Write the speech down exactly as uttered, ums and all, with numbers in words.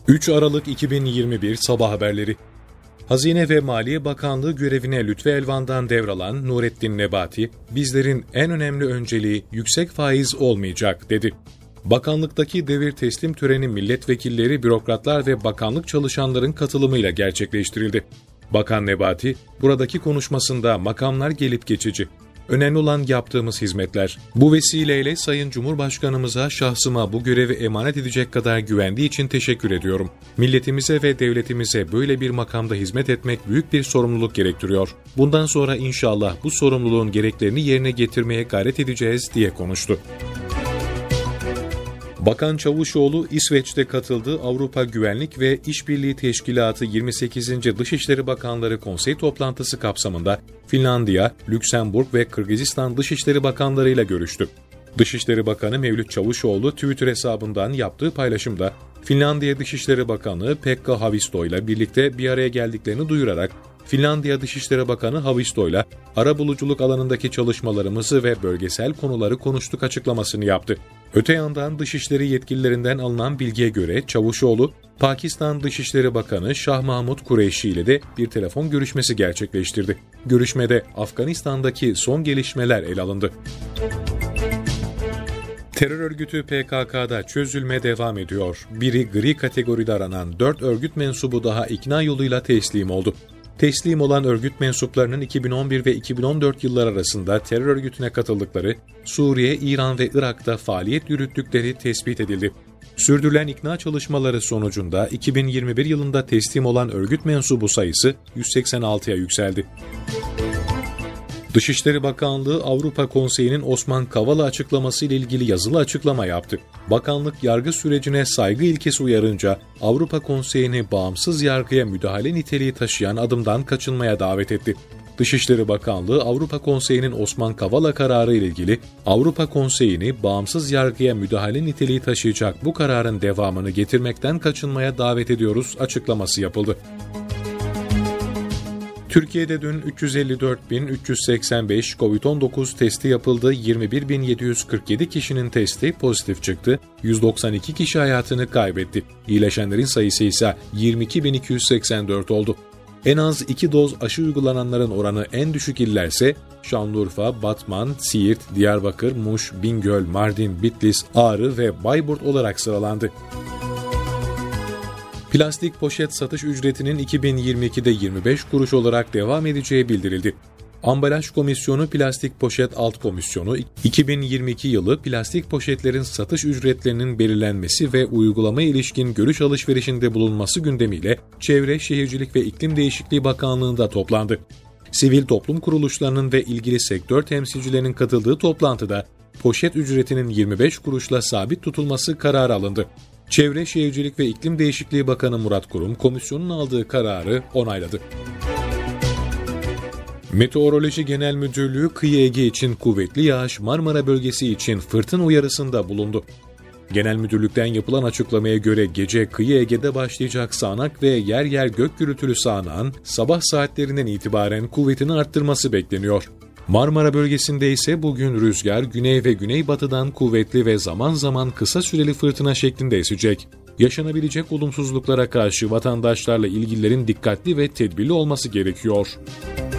üç Aralık iki bin yirmi bir Sabah haberleri. Hazine ve Maliye Bakanlığı görevine Lütfü Elvan'dan devralan Nurettin Nebati, bizlerin en önemli önceliği yüksek faiz olmayacak dedi. Bakanlıktaki devir teslim töreni milletvekilleri, bürokratlar ve bakanlık çalışanların katılımıyla gerçekleştirildi. Bakan Nebati, buradaki konuşmasında makamlar gelip geçici. Önemli olan yaptığımız hizmetler. Bu vesileyle Sayın Cumhurbaşkanımıza, şahsıma bu görevi emanet edecek kadar güvendiği için teşekkür ediyorum. Milletimize ve devletimize böyle bir makamda hizmet etmek büyük bir sorumluluk gerektiriyor. Bundan sonra inşallah bu sorumluluğun gereklerini yerine getirmeye gayret edeceğiz diye konuştu. Bakan Çavuşoğlu, İsveç'te katıldığı Avrupa Güvenlik ve İşbirliği Teşkilatı yirmi sekizinci Dışişleri Bakanları Konsey toplantısı kapsamında Finlandiya, Lüksemburg ve Kırgızistan Dışişleri Bakanlarıyla görüştü. Dışişleri Bakanı Mevlüt Çavuşoğlu Twitter hesabından yaptığı paylaşımda Finlandiya Dışişleri Bakanı Pekka Haavisto ile birlikte bir araya geldiklerini duyurarak Finlandiya Dışişleri Bakanı Haavisto ile arabuluculuk alanındaki çalışmalarımızı ve bölgesel konuları konuştuk açıklamasını yaptı. Öte yandan Dışişleri yetkililerinden alınan bilgiye göre Çavuşoğlu, Pakistan Dışişleri Bakanı Şah Mahmud Kureyşi ile de bir telefon görüşmesi gerçekleştirdi. Görüşmede Afganistan'daki son gelişmeler ele alındı. Terör örgütü P K K'da çözülme devam ediyor. Biri gri kategoride aranan dört örgüt mensubu daha ikna yoluyla teslim oldu. Teslim olan örgüt mensuplarının iki bin on bir ve iki bin on dört yılları arasında terör örgütüne katıldıkları, Suriye, İran ve Irak'ta faaliyet yürüttükleri tespit edildi. Sürdürülen ikna çalışmaları sonucunda iki bin yirmi bir yılında teslim olan örgüt mensubu sayısı yüz seksen altıya yükseldi. Dışişleri Bakanlığı, Avrupa Konseyi'nin Osman Kavala açıklaması ile ilgili yazılı açıklama yaptı. Bakanlık, yargı sürecine saygı ilkesi uyarınca Avrupa Konseyi'ni bağımsız yargıya müdahale niteliği taşıyan adımdan kaçınmaya davet etti. Dışişleri Bakanlığı, Avrupa Konseyi'nin Osman Kavala kararı ile ilgili Avrupa Konseyi'ni bağımsız yargıya müdahale niteliği taşıyacak bu kararın devamını getirmekten kaçınmaya davet ediyoruz açıklaması yapıldı. Türkiye'de dün üç yüz elli dört bin üç yüz seksen beş kovid on dokuz testi yapıldı. yirmi bir bin yedi yüz kırk yedi kişinin testi pozitif çıktı. yüz doksan iki kişi hayatını kaybetti. İyileşenlerin sayısı ise yirmi iki bin iki yüz seksen dört oldu. En az iki doz aşı uygulananların oranı en düşük illerse Şanlıurfa, Batman, Siirt, Diyarbakır, Muş, Bingöl, Mardin, Bitlis, Ağrı ve Bayburt olarak sıralandı. Plastik poşet satış ücretinin iki bin yirmi ikide yirmi beş kuruş olarak devam edeceği bildirildi. Ambalaj Komisyonu Plastik Poşet Alt Komisyonu, iki bin yirmi iki yılı plastik poşetlerin satış ücretlerinin belirlenmesi ve uygulamaya ilişkin görüş alışverişinde bulunması gündemiyle Çevre, Şehircilik ve İklim Değişikliği Bakanlığı'nda toplandı. Sivil toplum kuruluşlarının ve ilgili sektör temsilcilerinin katıldığı toplantıda poşet ücretinin yirmi beş kuruşla sabit tutulması kararı alındı. Çevre, Şehircilik ve İklim Değişikliği Bakanı Murat Kurum, komisyonun aldığı kararı onayladı. Meteoroloji Genel Müdürlüğü, Kıyı Ege için kuvvetli yağış, Marmara bölgesi için fırtına uyarısında bulundu. Genel Müdürlük'ten yapılan açıklamaya göre gece Kıyı Ege'de başlayacak sağanak ve yer yer gök gürültülü sağanağın sabah saatlerinden itibaren kuvvetini arttırması bekleniyor. Marmara bölgesinde ise bugün rüzgar güney ve güneybatıdan kuvvetli ve zaman zaman kısa süreli fırtına şeklinde esecek. Yaşanabilecek olumsuzluklara karşı vatandaşlarla ilgililerin dikkatli ve tedbirli olması gerekiyor.